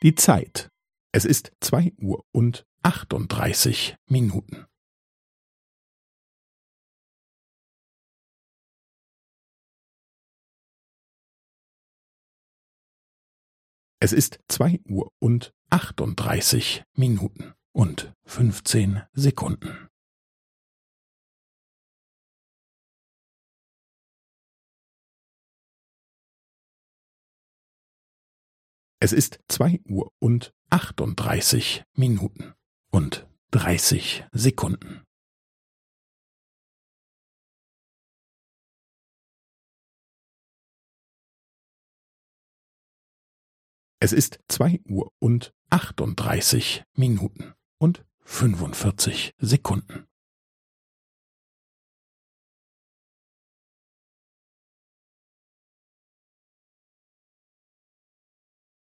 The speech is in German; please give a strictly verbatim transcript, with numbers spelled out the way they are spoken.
Die Zeit. Es ist zwei Uhr und achtunddreißig Minuten. Es ist zwei Uhr und achtunddreißig Minuten und fünfzehn Sekunden. Es ist zwei Uhr und achtunddreißig Minuten und dreißig Sekunden. Es ist zwei Uhr und achtunddreißig Minuten und fünfundvierzig Sekunden.